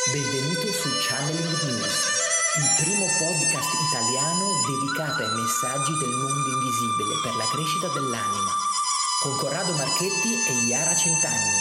Benvenuto su Channeling News, il primo podcast italiano dedicato ai messaggi del mondo invisibile per la crescita dell'anima, con Corrado Marchetti e Iara Centanni.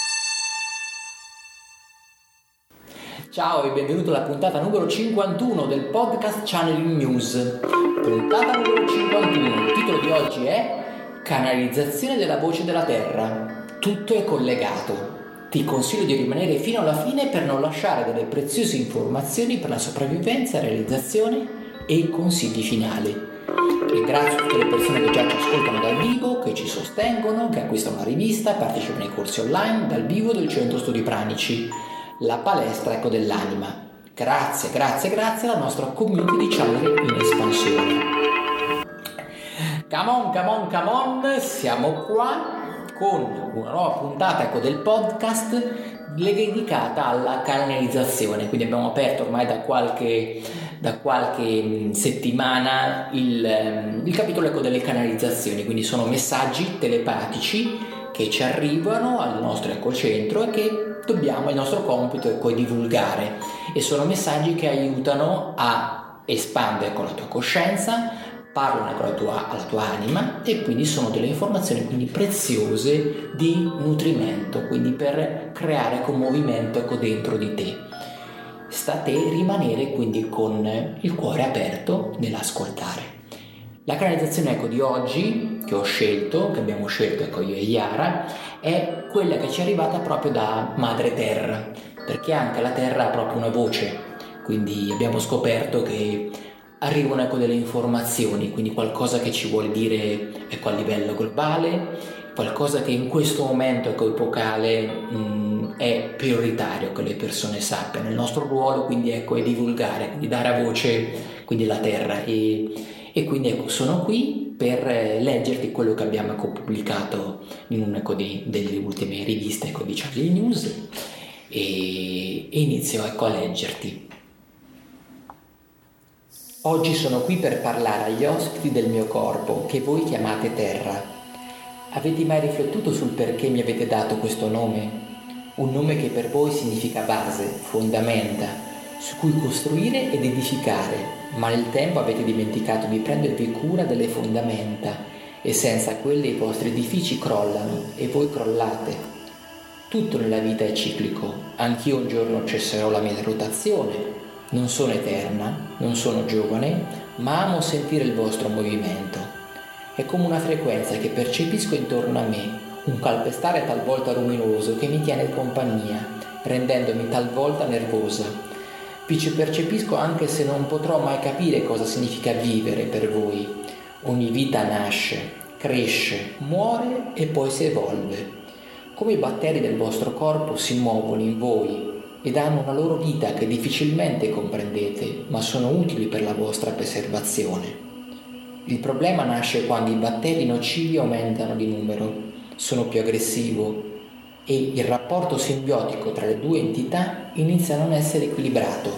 Ciao e benvenuto alla puntata numero 51 del podcast Channeling News. Puntata numero 51, il titolo di oggi è Canalizzazione della voce della terra. Tutto è collegato. Ti consiglio di rimanere fino alla fine per non lasciare delle preziose informazioni per la sopravvivenza, realizzazione e i consigli finali. Ringrazio tutte le persone che già ci ascoltano dal vivo, che ci sostengono, che acquistano la rivista, partecipano ai corsi online dal vivo del Centro Studi Pranici, la palestra dell'anima. Grazie alla nostra community di channel in espansione. Come on, siamo qua con una nuova puntata del podcast dedicata alla canalizzazione. Quindi abbiamo aperto ormai da qualche settimana il capitolo delle canalizzazioni, quindi sono messaggi telepatici che ci arrivano al nostro ecocentro e che il nostro compito è divulgare, e sono messaggi che aiutano a espandere con la tua coscienza, parlano alla tua anima, e quindi sono delle informazioni preziose di nutrimento, quindi per creare un movimento dentro di te. Sta a te rimanere quindi con il cuore aperto nell'ascoltare. La canalizzazione di oggi che abbiamo scelto io e Iara, è quella che ci è arrivata proprio da Madre Terra, perché anche la Terra ha proprio una voce, quindi abbiamo scoperto che arrivano delle informazioni, quindi qualcosa che ci vuole dire a livello globale, qualcosa che in questo momento epocale è prioritario che le persone sappiano. Il nostro ruolo quindi è divulgare, quindi dare a voce quindi la Terra, e quindi sono qui per leggerti quello che abbiamo pubblicato in una delle ultime riviste di Charlie News, e inizio a leggerti. Oggi sono qui per parlare agli ospiti del mio corpo, che voi chiamate Terra. Avete mai riflettuto sul perché mi avete dato questo nome? Un nome che per voi significa base, fondamenta, su cui costruire ed edificare, ma nel tempo avete dimenticato di prendervi cura delle fondamenta, e senza quelle i vostri edifici crollano e voi crollate. Tutto nella vita è ciclico, anch'io un giorno cesserò la mia rotazione. Non sono eterna, non sono giovane, ma amo sentire il vostro movimento. È come una frequenza che percepisco intorno a me, un calpestare talvolta luminoso che mi tiene compagnia, rendendomi talvolta nervosa. Vi ci percepisco anche se non potrò mai capire cosa significa vivere per voi. Ogni vita nasce, cresce, muore e poi si evolve. Come i batteri del vostro corpo si muovono in voi ed hanno una loro vita che difficilmente comprendete, ma sono utili per la vostra preservazione. Il problema nasce quando i batteri nocivi aumentano di numero, sono più aggressivi, e il rapporto simbiotico tra le due entità inizia a non essere equilibrato.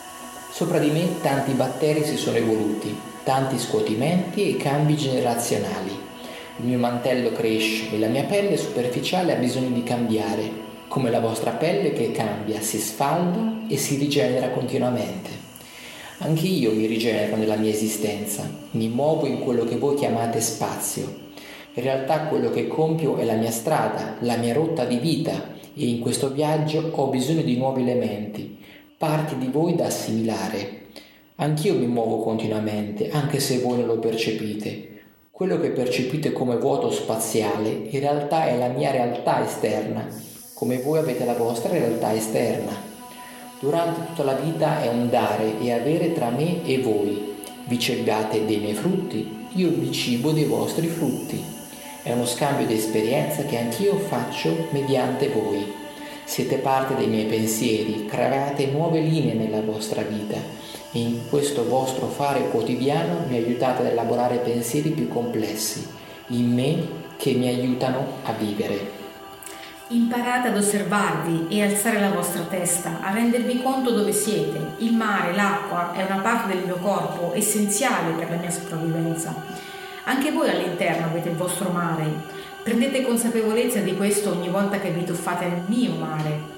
Sopra di me tanti batteri si sono evoluti, tanti scuotimenti e cambi generazionali. Il mio mantello cresce e la mia pelle superficiale ha bisogno di cambiare, come la vostra pelle che cambia, si sfalda e si rigenera continuamente. Anche io mi rigenero nella mia esistenza, mi muovo in quello che voi chiamate spazio. In realtà quello che compio è la mia strada, la mia rotta di vita, e in questo viaggio ho bisogno di nuovi elementi, parti di voi da assimilare. Anch'io mi muovo continuamente, anche se voi non lo percepite. Quello che percepite come vuoto spaziale in realtà è la mia realtà esterna, come voi avete la vostra realtà esterna. Durante tutta la vita è un dare e avere tra me e voi. Vi cibate dei miei frutti, io vi cibo dei vostri frutti. È uno scambio di esperienza che anch'io faccio mediante voi. Siete parte dei miei pensieri, create nuove linee nella vostra vita, e in questo vostro fare quotidiano mi aiutate ad elaborare pensieri più complessi in me che mi aiutano a vivere. Imparate ad osservarvi e alzare la vostra testa, a rendervi conto dove siete. Il mare, l'acqua, è una parte del mio corpo, essenziale per la mia sopravvivenza. Anche voi all'interno avete il vostro mare. Prendete consapevolezza di questo ogni volta che vi tuffate nel mio mare.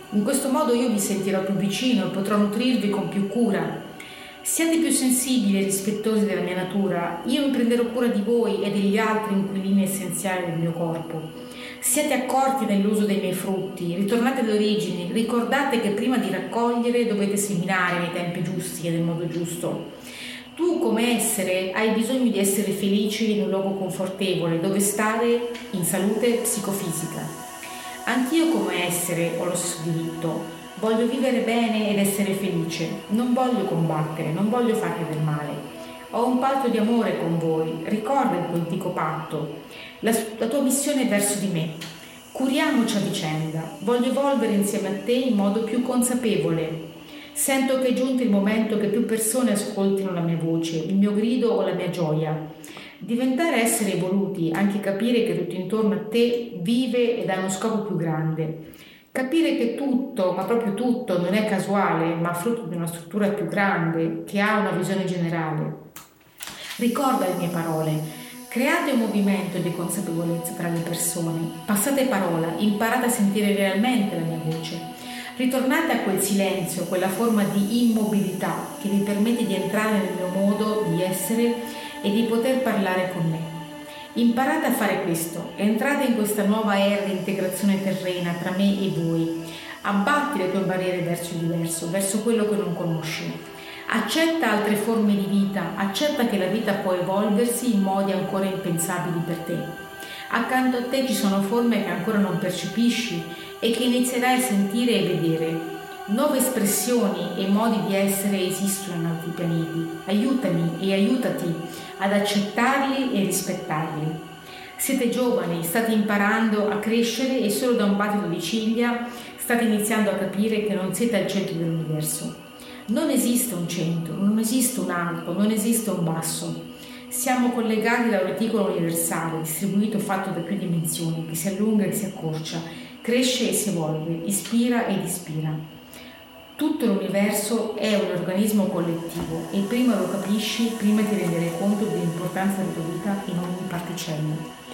In questo modo io vi sentirò più vicino e potrò nutrirvi con più cura. Siate più sensibili e rispettosi della mia natura, io mi prenderò cura di voi e degli altri inquilini essenziali del mio corpo. Siate accorti nell'uso dei miei frutti, ritornate alle origini, ricordate che prima di raccogliere dovete seminare nei tempi giusti e nel modo giusto. Tu come essere hai bisogno di essere felice in un luogo confortevole dove stare in salute psicofisica. Anch'io come essere ho lo stesso diritto. Voglio vivere bene ed essere felice, non voglio combattere, non voglio farvi del male. Ho un patto di amore con voi, ricorda il tuo antico patto, la tua missione verso di me. Curiamoci a vicenda, voglio evolvere insieme a te in modo più consapevole. Sento che è giunto il momento che più persone ascoltino la mia voce, il mio grido o la mia gioia. Diventare esseri evoluti, anche capire che tutto intorno a te vive ed ha uno scopo più grande. Capire che tutto, ma proprio tutto, non è casuale, ma frutto di una struttura più grande, che ha una visione generale. Ricorda le mie parole, create un movimento di consapevolezza tra le persone, passate parola, imparate a sentire realmente la mia voce. Ritornate a quel silenzio, quella forma di immobilità che vi permette di entrare nel mio modo di essere e di poter parlare con me. Imparate a fare questo, entrate in questa nuova era di integrazione terrena tra me e voi. Abbatti le tue barriere verso il diverso, verso quello che non conosci. Accetta altre forme di vita, accetta che la vita può evolversi in modi ancora impensabili per te. Accanto a te ci sono forme che ancora non percepisci e che inizierai a sentire e vedere. Nuove espressioni e modi di essere esistono in altri pianeti. Aiutami e aiutati ad accettarli e rispettarli. Siete giovani, state imparando a crescere e solo da un battito di ciglia state iniziando a capire che non siete al centro dell'universo. Non esiste un centro, non esiste un alto, non esiste un basso. Siamo collegati da un reticolo universale, distribuito, fatto da più dimensioni, che si allunga e si accorcia, cresce e si evolve, ispira ed ispira. Tutto l'universo è un organismo collettivo e prima lo capisci, prima ti renderai conto dell'importanza della tua vita in ogni particella.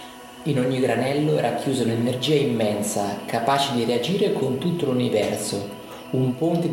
In ogni granello è racchiusa un'energia immensa, capace di reagire con tutto l'universo, un ponte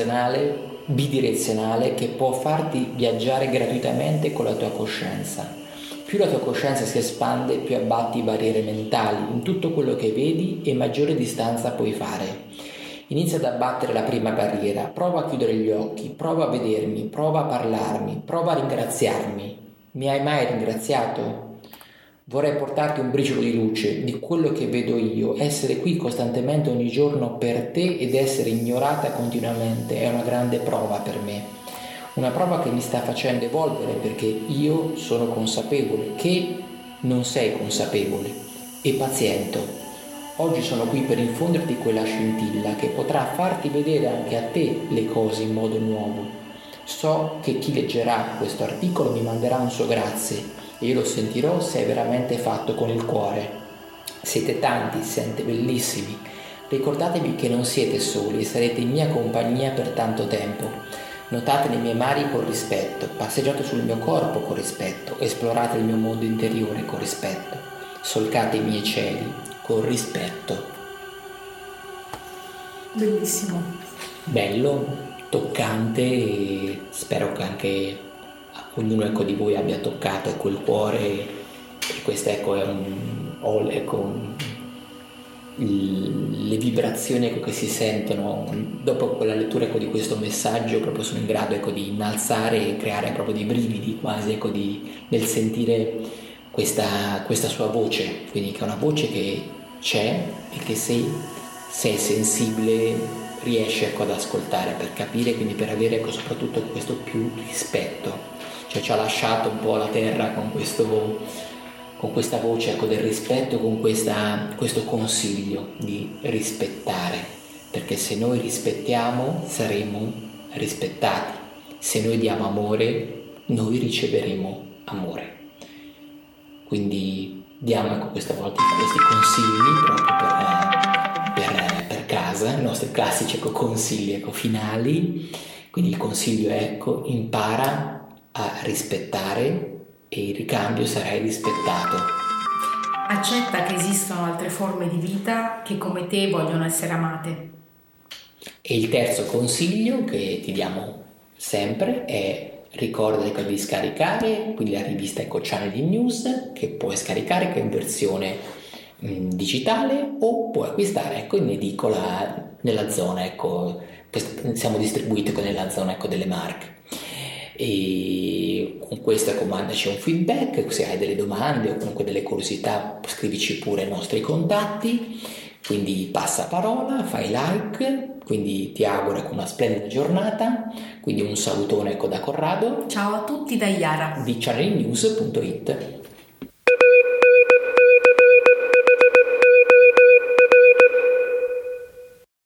bidirezionale che può farti viaggiare gratuitamente con la tua coscienza. Più la tua coscienza si espande, più abbatti barriere mentali in tutto quello che vedi e maggiore distanza puoi fare. Inizia ad abbattere la prima barriera, prova a chiudere gli occhi, prova a vedermi, prova a parlarmi, prova a ringraziarmi. Mi hai mai ringraziato? Vorrei portarti un briciolo di luce di quello che vedo io, essere qui costantemente ogni giorno per te ed essere ignorata continuamente è una grande prova per me. Una prova che mi sta facendo evolvere perché io sono consapevole che non sei consapevole e paziento. Oggi sono qui per infonderti quella scintilla che potrà farti vedere anche a te le cose in modo nuovo. So che chi leggerà questo articolo mi manderà un suo grazie e io lo sentirò se è veramente fatto con il cuore. Siete tanti, siete bellissimi. Ricordatevi che non siete soli e sarete in mia compagnia per tanto tempo. Notate le mie mani con rispetto, passeggiate sul mio corpo con rispetto, esplorate il mio mondo interiore con rispetto, solcate i miei cieli con rispetto. Bellissimo. Bello, toccante e spero che anche ognuno di voi abbia toccato quel cuore e questo è le vibrazioni che si sentono dopo quella lettura di questo messaggio proprio sono in grado di innalzare e creare proprio dei brividi quasi nel sentire questa sua voce, quindi che è una voce che c'è e che se sei sensibile riesci ad ascoltare per capire, quindi per avere soprattutto questo più rispetto, cioè ci ha lasciato un po' la terra con questa voce del rispetto, con questo consiglio di rispettare, perché se noi rispettiamo saremo rispettati, se noi diamo amore noi riceveremo amore. Quindi diamo questa volta questi consigli proprio per casa, i nostri classici consigli finali. Quindi il consiglio è impara a rispettare e in ricambio sarai rispettato. Accetta che esistono altre forme di vita che come te vogliono essere amate. E il terzo consiglio che ti diamo sempre è: ricorda di scaricare quindi la rivista Channel News, che puoi scaricare in versione digitale o puoi acquistare in edicola nella zona, siamo distribuiti nella zona delle Marche. E con questo mandaci un feedback, se hai delle domande o comunque delle curiosità scrivici pure ai nostri contatti, quindi passa parola, fai like, quindi ti auguro una splendida giornata, quindi un salutone da Corrado. Ciao a tutti da Iara di channelnews.it.